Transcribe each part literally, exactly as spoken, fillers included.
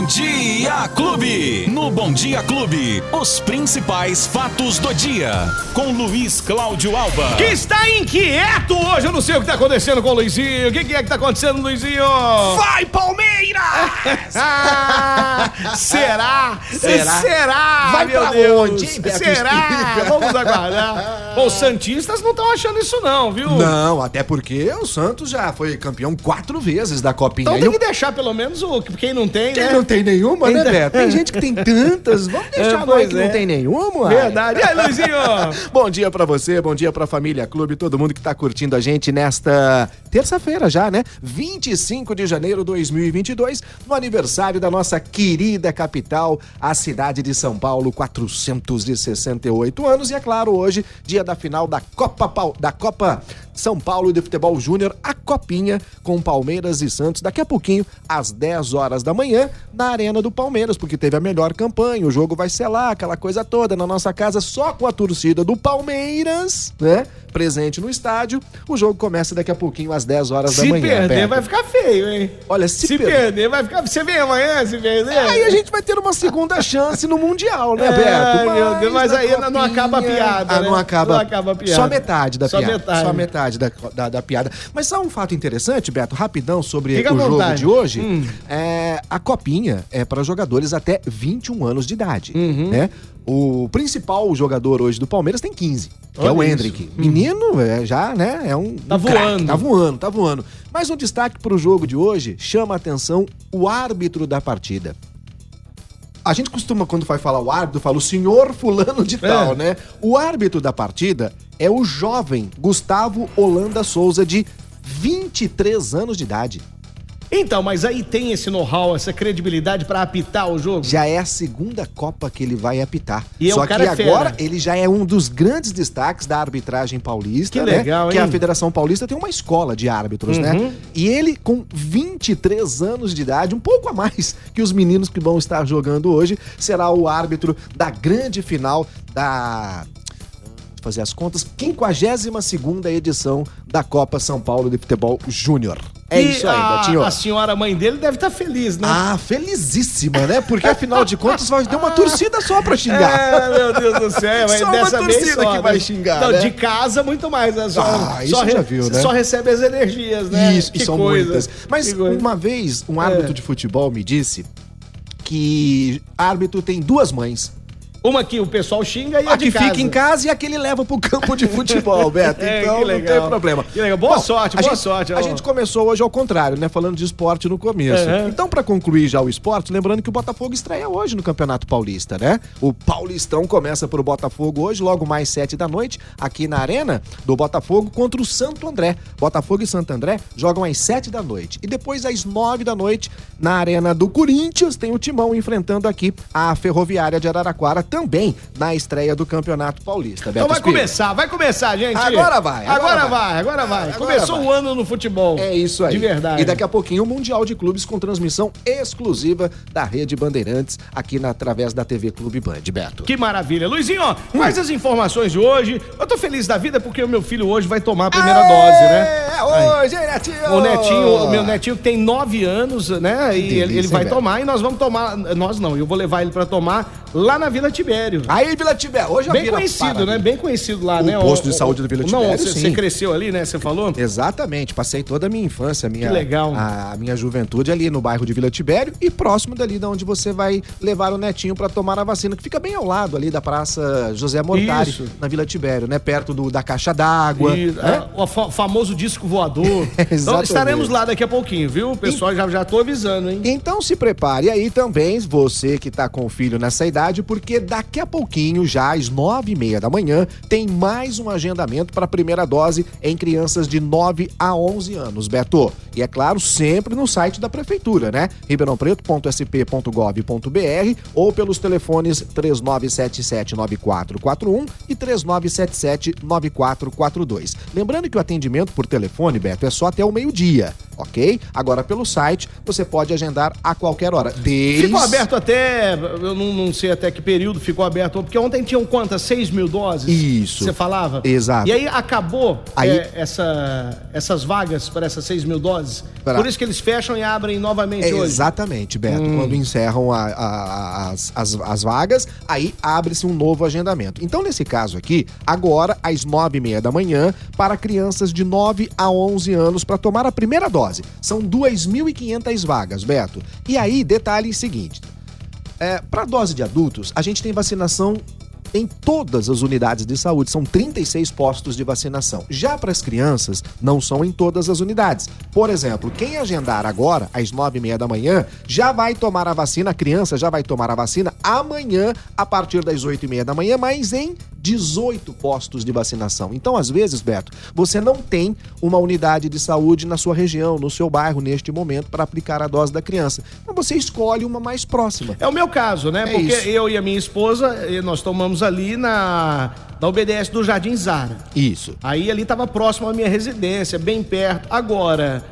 Bom Dia Clube. No Bom Dia Clube, os principais fatos do dia. Com Luiz Cláudio Alba. Que está inquieto hoje. Eu não sei o que está acontecendo com o Luizinho. O que, que é que está acontecendo, Luizinho? Vai, Palmeiras! Ah, será? Será? Será? Vai meu pra Deus. onde, hein, Beto Será? Espírito? Vamos aguardar. Bom, os santistas não estão achando isso não, viu? Não, até porque o Santos já foi campeão quatro vezes da Copinha. Então tem Eu- que deixar pelo menos o quem não tem, Quem né? não tem nenhuma, né, Ainda- Beto? Tem gente que tem tantas. Vamos deixar É, nós pois que é. não tem nenhuma. uai. Verdade. E aí, Luizinho? Bom dia pra você, bom dia pra Família Clube, todo mundo que tá curtindo a gente nesta terça-feira já, né? vinte e cinco de janeiro de dois mil e vinte e dois, no aniversário da nossa querida capital, a cidade de São Paulo, quatrocentos e sessenta e oito anos. E é claro, hoje, dia da final da Copa, Pau- da Copa São Paulo de Futebol Júnior, a Copinha com Palmeiras e Santos, daqui a pouquinho, às dez horas da manhã, na Arena do Palmeiras, porque teve a melhor campanha, o jogo vai ser lá, aquela coisa toda, na nossa casa, só com a torcida do Palmeiras, né? Presente no estádio. O jogo começa daqui a pouquinho, às dez horas da Se manhã. perder, Beto. vai ficar feio, hein? Olha, se, Se per- perder, vai ficar... Você vem amanhã, se perder? Aí a gente vai ter uma segunda chance no Mundial, né, Ai, Beto? meu Deus, mas na aí não acaba a Copinha- piada, Ah, né? não acaba. Não acaba a piada. Só metade da Só piada. metade. Só metade da, da, da piada. Mas só um fato interessante, Beto, rapidão sobre Fica à o jogo vontade. de hoje. Hum. É, a Copinha é para jogadores até vinte e um anos de idade, Uhum. né? O principal jogador hoje do Palmeiras tem quinze, que Olha é o isso. Endrick. Menino, é, já, né, é um Tá um craque, voando. tá voando, tá voando. Mas um destaque pro jogo de hoje chama a atenção o árbitro da partida. A gente costuma, quando vai falar o árbitro, fala o senhor fulano de tal, É. né? O árbitro da partida é o jovem Gustavo Holanda Souza, de vinte e três anos de idade. Então, mas aí tem esse know-how, essa credibilidade pra apitar o jogo? Já é a segunda Copa que ele vai apitar. E Só o cara que é fera. agora ele já é um dos grandes destaques da arbitragem paulista, Que né? legal, Que hein? a Federação Paulista tem uma escola de árbitros, Uhum. né? E ele, com vinte e três anos de idade, um pouco a mais que os meninos que vão estar jogando hoje, será o árbitro da grande final da... fazer as contas, quinquagésima segunda edição da Copa São Paulo de Futebol Júnior. É E isso aí, a, Betinho. a senhora mãe dele deve estar feliz, né? Ah, felizíssima, né? Porque afinal de contas vai ter uma torcida só pra xingar. É, meu Deus do céu, mas Só uma dessa vez torcida só, que né? vai xingar, Não, né? de casa muito mais, né? Só, Ah, isso só já viu, né? Só recebe as energias, né? Isso, e Que são coisa, muitas. Mas que coisa. uma vez, um árbitro É. de futebol me disse que árbitro tem duas mães. Uma que o pessoal xinga e a A de que casa. fica em casa e a que ele leva pro campo de futebol, Beto. É, Então que não legal. tem problema. Que legal. Boa sorte, a boa gente, sorte, A ó. gente começou hoje ao contrário, né? Falando de esporte no começo. Uhum. Então, pra concluir já o esporte, lembrando que o Botafogo estreia hoje no Campeonato Paulista, né? O Paulistão começa pro Botafogo hoje, logo mais sete da noite, aqui na Arena do Botafogo contra o Santo André. Botafogo e Santo André jogam às sete da noite. E depois, às nove da noite, na Arena do Corinthians, tem o Timão enfrentando aqui a Ferroviária de Araraquara, também na estreia do Campeonato Paulista. Então Beto vai Espírito. começar, vai começar, gente. Agora vai, agora Agora vai. vai, agora vai. Agora Começou vai. o ano no futebol. É isso aí. De verdade. E daqui a pouquinho o Mundial de Clubes com transmissão exclusiva da Rede Bandeirantes aqui na, através da T V Clube Band, Beto. Que maravilha. Luizinho, ó, quais as informações de hoje? Eu tô feliz da vida porque o meu filho hoje vai tomar a primeira dose, né? É hoje, hein, Netinho? O netinho, o meu netinho que tem nove anos, né? E delícia, ele, ele hein, vai velho? tomar e nós vamos tomar. Nós não, eu vou levar ele pra tomar lá na Vila Tibério. Aí, Vila Tibério, hoje a Bem Vila conhecido, para, né? Bem conhecido lá, O né? posto de saúde do Vila Não, Tibério, você sim. cresceu ali, né? Você falou? Exatamente, passei toda a minha infância, a minha, Que legal. A, a minha juventude ali no bairro de Vila Tibério e próximo dali de onde você vai levar o netinho pra tomar a vacina, que fica bem ao lado ali da Praça José Mortari, Isso. na Vila Tibério, né? Perto do, da caixa d'água. E, né? ah, o fa- famoso disco voador. Então Exatamente. estaremos lá daqui a pouquinho, viu? O pessoal já, já tô avisando, hein? Então se prepare aí também, você que tá com o filho nessa idade, porque daqui a pouquinho, já às nove e meia da manhã, tem mais um agendamento para a primeira dose em crianças de nove a onze anos, Beto. E é claro, sempre no site da prefeitura, né? ribeirão preto ponto s p ponto gov ponto b r ou pelos telefones três nove sete sete nove quatro quatro um e três nove sete sete nove quatro quatro dois. Lembrando que o atendimento por telefone, Beto, é só até o meio-dia, ok? Agora, pelo site, você pode agendar a qualquer hora. Desde... Ficou aberto até, eu não, não sei até que período ficou aberto, porque ontem tinham quantas? seis mil doses? Isso. Você falava? Exato. E aí acabou Aí- é, essa, essas vagas para essas seis mil doses? Pra... Por isso que eles fecham e abrem novamente é, hoje. Exatamente, Beto. Hum. Quando encerram a, a, as, as, as vagas, aí abre-se um novo agendamento. Então, nesse caso aqui, agora, às nove e meia da manhã, para crianças de nove a onze anos, para tomar a primeira dose. São duas mil e quinhentas vagas, Beto. E aí, detalhe seguinte. É, para a dose de adultos, a gente tem vacinação em todas as unidades de saúde, são trinta e seis postos de vacinação. Já para as crianças, não são em todas as unidades. Por exemplo, quem agendar agora, às nove e meia da manhã, já vai tomar a vacina, a criança já vai tomar a vacina amanhã, a partir das oito e meia da manhã, mas em dezoito postos de vacinação. Então, às vezes, Beto, você não tem uma unidade de saúde na sua região, no seu bairro, neste momento, para aplicar a dose da criança. Então, você escolhe uma mais próxima. É o meu caso, né? É Porque isso. eu e a minha esposa, nós tomamos ali na, na U B D S do Jardim Zara. Isso. Aí ali tava próximo à minha residência, bem perto. Agora,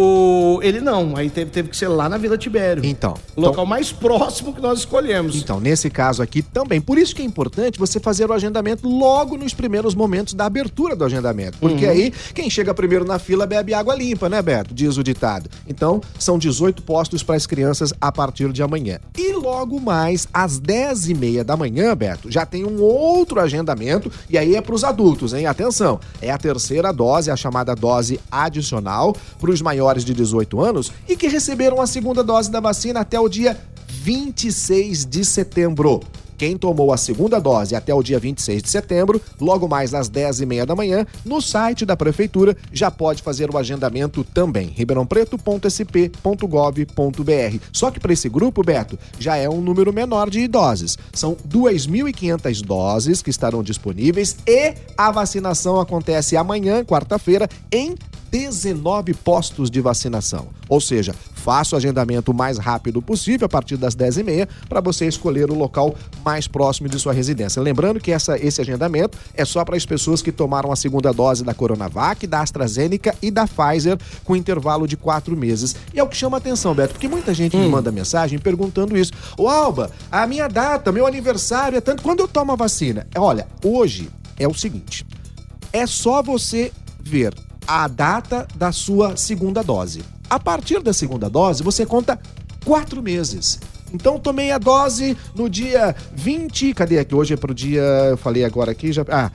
o ele não, aí teve, teve que ser lá na Vila Tibério. Então. O local então, mais próximo que nós escolhemos. Então, nesse caso aqui também. Por isso que é importante você fazer o agendamento logo nos primeiros momentos da abertura do agendamento. Porque Uhum. aí, quem chega primeiro na fila bebe água limpa, né, Beto? Diz o ditado. Então, são dezoito postos para as crianças a partir de amanhã. E logo mais, às dez e meia da manhã, Beto, já tem um outro agendamento. E aí é para os adultos, hein? Atenção. É a terceira dose, a chamada dose adicional, para os maiores de dezoito anos e que receberam a segunda dose da vacina até o dia vinte e seis de setembro. Quem tomou a segunda dose até o dia vinte e seis de setembro, logo mais às dez e meia da manhã, no site da Prefeitura, já pode fazer o agendamento também. ribeirão preto ponto s p ponto gov ponto b r. Só que para esse grupo, Beto, já é um número menor de doses. São duas mil e quinhentas doses que estarão disponíveis e a vacinação acontece amanhã, quarta-feira, em dezenove postos de vacinação. Ou seja, faça o agendamento o mais rápido possível, a partir das dez e meia, para você escolher o local mais próximo de sua residência. Lembrando que essa, esse agendamento é só para as pessoas que tomaram a segunda dose da Coronavac, da AstraZeneca e da Pfizer, com intervalo de quatro meses. E é o que chama a atenção, Beto, porque muita gente hum. me manda mensagem perguntando isso. Ô, Alba, a minha data, meu aniversário é tanto, quando eu tomo a vacina? Olha, hoje é o seguinte, é só você ver a data da sua segunda dose. A partir da segunda dose, você conta quatro meses. Então, tomei a dose no dia vinte... Cadê aqui? Hoje é pro dia... Eu falei agora aqui, já... Ah...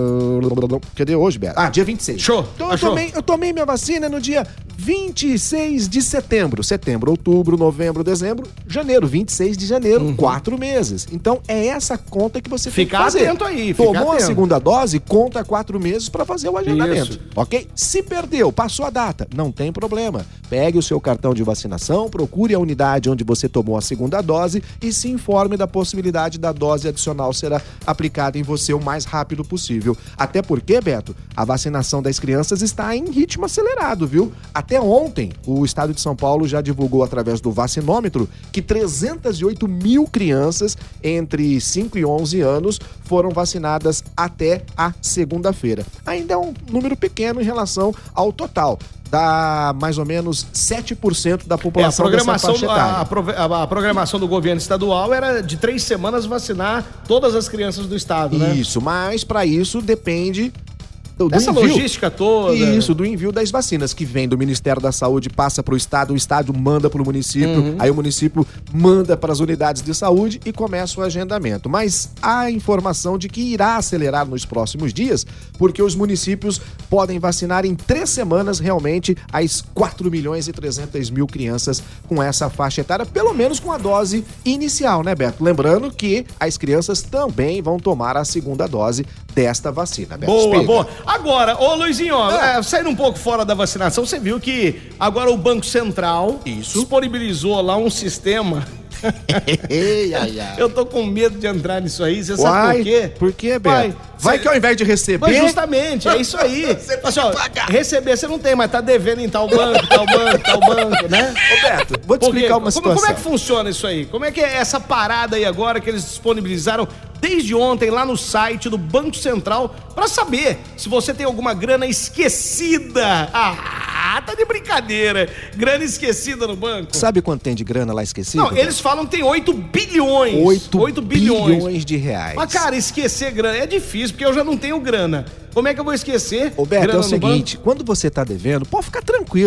Uh, cadê hoje, Beto? Ah, dia vinte e seis. Show! Então, eu tomei, eu tomei minha vacina no dia vinte e seis de setembro. Setembro, outubro, novembro, dezembro, janeiro. vinte e seis de janeiro. Uhum. Quatro meses. Então, é essa conta que você fica tem que fazer. Atento aí, Tomou fica a atento. segunda dose, conta quatro meses para fazer o agendamento. Isso. Ok? Se perdeu, passou a data, não tem problema. Pegue o seu cartão de vacinação, procure a unidade onde você tomou a segunda dose e se informe da possibilidade da dose adicional ser aplicada em você o mais rápido possível. Até porque, Beto, a vacinação das crianças está em ritmo acelerado, viu? Até ontem, o estado de São Paulo já divulgou através do vacinômetro que trezentas e oito mil crianças entre cinco e onze anos foram vacinadas até a segunda-feira. Ainda é um número pequeno em relação ao total. Dá mais ou menos sete por cento da população é, a programação, dessa faixa a, etária. a, a programação do governo estadual era de três semanas vacinar todas as crianças do estado, né? Isso, mas para isso depende do Essa envio. logística toda. Isso, do envio das vacinas, que vem do Ministério da Saúde, passa para o estado, o estado manda para o município, uhum. aí o município manda para as unidades de saúde e começa o agendamento. Mas há informação de que irá acelerar nos próximos dias, porque os municípios podem vacinar em três semanas realmente as quatro milhões e trezentas mil crianças com essa faixa etária, pelo menos com a dose inicial, né, Beto? Lembrando que as crianças também vão tomar a segunda dose desta vacina, Beto. Boa, Explica. boa. Agora, ô Luizinho, Ah. é, saindo um pouco fora da vacinação, você viu que agora o Banco Central Isso. disponibilizou lá um sistema. Ei, ai, ai. Eu tô com medo de entrar nisso aí, você Uai, sabe por quê? Por quê, Beto? Vai, Vai cê- que ao invés de receber... Mas justamente, é isso aí. Você Assim, ó, pode pagar. receber você não tem, mas tá devendo em tal banco, tal banco, tal banco, né? Ô, Beto, vou te Porque, explicar uma como, situação. como é que funciona isso aí? Como é que é essa parada aí agora que eles disponibilizaram desde ontem lá no site do Banco Central pra saber se você tem alguma grana esquecida? Ah, tá de brincadeira. Grana esquecida no banco. Sabe quanto tem de grana lá esquecida? Não, eles falam que tem oito bilhões. oito bilhões de reais. Mas, cara, esquecer grana é difícil, porque eu já não tenho grana. Como é que eu vou esquecer Ô, Beto, grana é o no seguinte, quando você tá devendo, pode ficar tranquilo.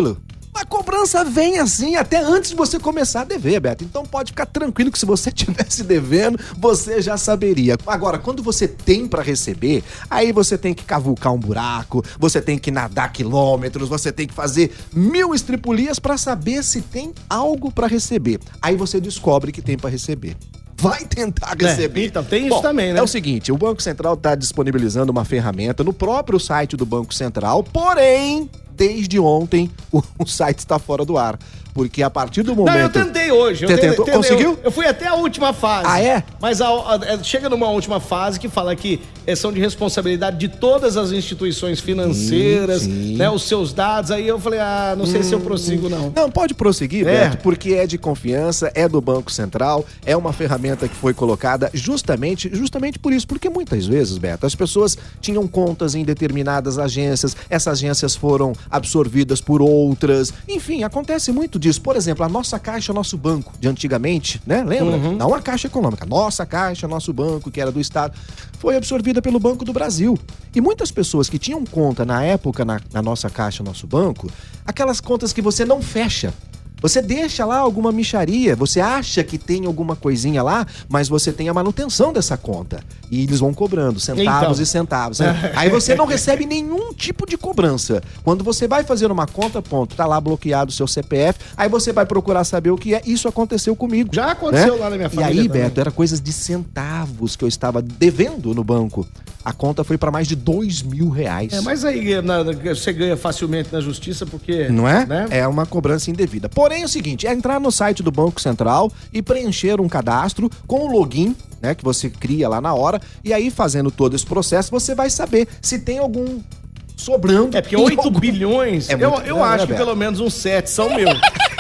A cobrança vem assim, até antes de você começar a dever, Beto. Então pode ficar tranquilo que se você estivesse devendo, você já saberia. Agora, quando você tem pra receber, aí você tem que cavucar um buraco, você tem que nadar quilômetros, você tem que fazer mil estripulias pra saber se tem algo pra receber. Aí você descobre que tem pra receber. Vai tentar receber. É, então tem isso. Bom, também, né? É o seguinte, o Banco Central está disponibilizando uma ferramenta no próprio site do Banco Central, porém, desde ontem, o, o site está fora do ar. Porque a partir do momento... Não, eu tentei hoje. Eu Você tentei, tentou? tentei, Conseguiu? Eu, eu fui até a última fase. Ah, é? Mas a, a, chega numa última fase que fala que é, são de responsabilidade de todas as instituições financeiras, sim, sim. né? Os seus dados. Aí eu falei, ah, não sei hum, se eu prossigo, não. Não, pode prosseguir, é. Beto, porque é de confiança, é do Banco Central, é uma ferramenta que foi colocada justamente, justamente por isso. Porque muitas vezes, Beto, as pessoas tinham contas em determinadas agências, essas agências foram absorvidas por outras. Enfim, acontece muito disso. Por exemplo, a nossa Caixa, nosso banco, de antigamente, né? Lembra? Uhum. Não a Caixa Econômica. Nossa Caixa, nosso banco, que era do Estado, foi absorvida pelo Banco do Brasil. E muitas pessoas que tinham conta na época na, na nossa Caixa, nosso banco, aquelas contas que você não fecha. Você deixa lá alguma mixaria, você acha que tem alguma coisinha lá, mas você tem a manutenção dessa conta. E eles vão cobrando centavos então. e centavos. Né? Aí você não recebe nenhum tipo de cobrança. Quando você vai fazer uma conta, ponto, tá lá bloqueado o seu C P F, aí você vai procurar saber o que é. Isso aconteceu comigo. Já aconteceu, né? lá na minha família. E aí, também. Beto, era coisas de centavos que eu estava devendo no banco. A conta foi para mais de dois mil reais. É, mas aí na, você ganha facilmente na justiça porque... Não é? Né? É uma cobrança indevida. Porém, é o seguinte, é entrar no site do Banco Central e preencher um cadastro com o login, né, que você cria lá na hora, e aí fazendo todo esse processo, você vai saber se tem algum sobrando. É porque oito algum... bilhões, é eu, eu grande, acho né, que pelo menos uns sete são meus.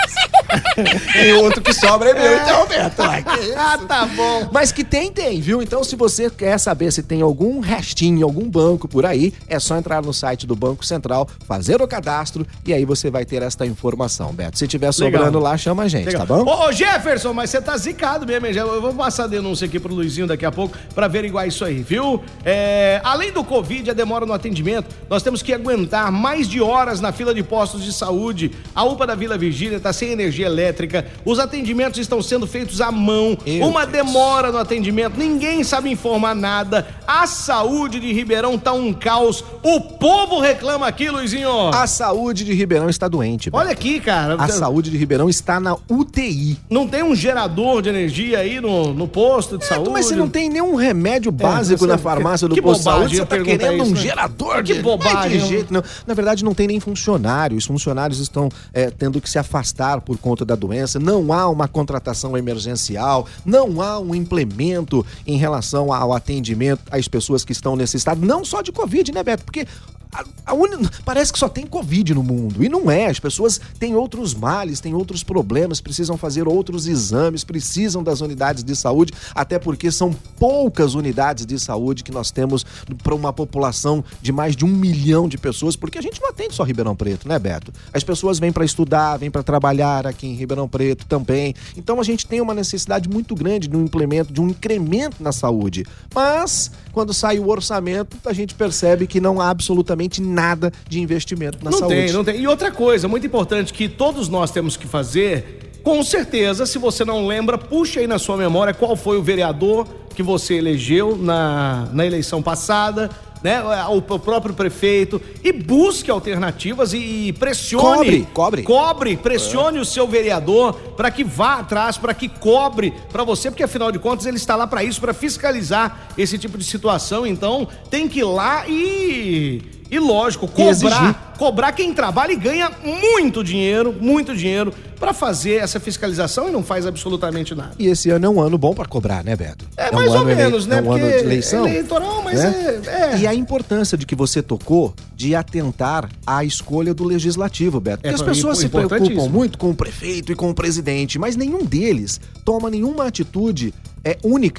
E o outro que sobra é meu, é. então, Beto. Ah, tá bom. Mas que tem, tem, viu? Então, se você quer saber se tem algum restinho, algum banco por aí, é só entrar no site do Banco Central, fazer o cadastro e aí você vai ter esta informação, Beto. Se tiver sobrando Legal. lá, chama a gente, Legal. tá bom? Ô, ô, Jefferson, mas você tá zicado mesmo, hein? Eu vou passar a denúncia aqui pro Luizinho daqui a pouco pra averiguar isso aí, viu? É, além do Covid, a demora no atendimento, nós temos que aguentar mais de horas na fila de postos de saúde. A U P A da Vila Virgínia tá sem energia elétrica, os atendimentos estão sendo feitos à mão, Meu uma Deus. demora no atendimento, ninguém sabe informar nada, a saúde de Ribeirão tá um caos, o povo reclama aqui, Luizinho. A saúde de Ribeirão está doente, Beto. Olha aqui, cara. A saúde de Ribeirão está na U T I. Não tem um gerador de energia aí no, no posto de é, saúde? Mas você não tem nenhum remédio básico é, na farmácia do posto de saúde, você tá querendo isso, um né? gerador que de... bobagem. De jeito, não. Na verdade, não tem nem funcionário, os funcionários estão é, tendo que se afastar por conta da doença, não há uma contratação emergencial, não há um implemento em relação ao atendimento às pessoas que estão nesse estado, não só de Covid, né, Beto? Porque a, a un... parece que só tem Covid no mundo, e não é, as pessoas têm outros males, têm outros problemas, precisam fazer outros exames, precisam das unidades de saúde, até porque são poucas unidades de saúde que nós temos para uma população de mais de um milhão de pessoas, porque a gente não atende só Ribeirão Preto, né, Beto? As pessoas vêm para estudar, vêm para trabalhar aqui em Ribeirão Preto também, então a gente tem uma necessidade muito grande de um implemento, de um incremento na saúde, mas quando sai o orçamento, a gente percebe que não há absolutamente nada de investimento na não saúde. Não tem, não tem. E outra coisa muito importante que todos nós temos que fazer, com certeza, se você não lembra, puxa aí na sua memória qual foi o vereador que você elegeu na, na eleição passada, né, o, o próprio prefeito, e busque alternativas e, e pressione, cobre, cobre, cobre pressione é. o seu vereador para que vá atrás, para que cobre para você, porque afinal de contas ele está lá para isso, para fiscalizar esse tipo de situação. Então tem que ir lá e e lógico, cobrar, cobrar quem trabalha e ganha muito dinheiro, muito dinheiro para fazer essa fiscalização e não faz absolutamente nada. E esse ano é um ano bom para cobrar, né, Beto? É, é mais um ou ano menos, ele... né? É um porque ano de eleição. É eleitoral, mas né? é, é... E a importância de que você tocou de atentar à escolha do legislativo, Beto. Porque é, as pessoas se preocupam muito com o prefeito e com o presidente, mas nenhum deles toma nenhuma atitude é, única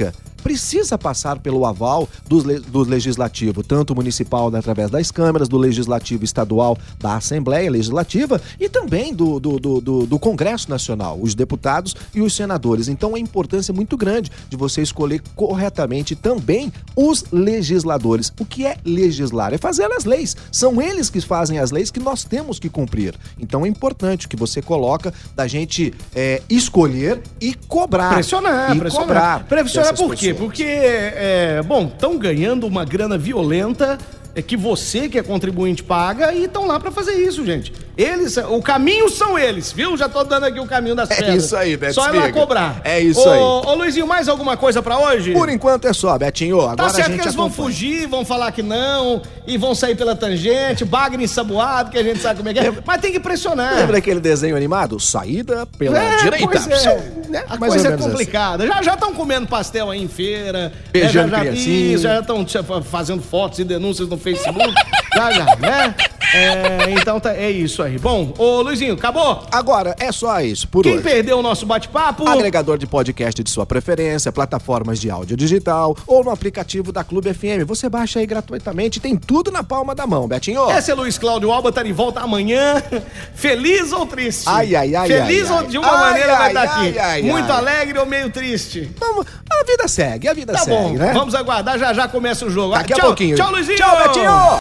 precisa passar pelo aval do, do Legislativo, tanto municipal, né, através das câmaras, do Legislativo estadual, da Assembleia Legislativa e também do, do, do, do, do Congresso Nacional, os deputados e os senadores. Então, a importância é muito grande de você escolher corretamente também os legisladores. O que é legislar? É fazer as leis. São eles que fazem as leis que nós temos que cumprir. Então, é importante que você coloca da gente é, escolher e cobrar. Pressionar, e pressionar. Cobrar pressionar por quê? pessoas. Porque, é, bom, estão ganhando uma grana violenta é que você, que é contribuinte, paga e estão lá pra fazer isso, gente. Eles, o caminho são eles, viu? Já tô dando aqui o caminho das pedras. É isso aí, Beto. Só ir lá cobrar. É isso ô, aí. Ô, Luizinho, mais alguma coisa pra hoje? Por enquanto é só, Betinho. Agora tá certo a gente que eles acompanha. vão fugir, vão falar que não, e vão sair pela tangente, bagre ensaboado, que a gente sabe como é que é. Mas tem que pressionar. Lembra aquele desenho animado? Saída pela é, direita. Pois é. Né? A Mais coisa ou é menos complicada. Assim. Já já estão comendo pastel aí em feira. Beijando já, já, criancinha. Já estão fazendo fotos e denúncias no Facebook. já, já, né? É, então tá, é isso aí. Bom, ô Luizinho, acabou? Agora, é só isso por Quem hoje. perdeu o nosso bate-papo? Agregador de podcast de sua preferência, plataformas de áudio digital ou no aplicativo da Clube F M. Você baixa aí gratuitamente, tem tudo na palma da mão, Betinho. Esse é Luiz Cláudio Alba, tá de volta amanhã. Feliz ou triste? Ai, ai, ai, Feliz ai, ou ai. de uma Ai, maneira ai, vai estar ai, aqui? ai, Muito ai. alegre ou meio triste? Vamos, a vida segue, a vida Tá segue, bom, né? vamos aguardar, já já começa o jogo. Daqui a tchau, pouquinho. Tchau, Luizinho! Tchau, Betinho!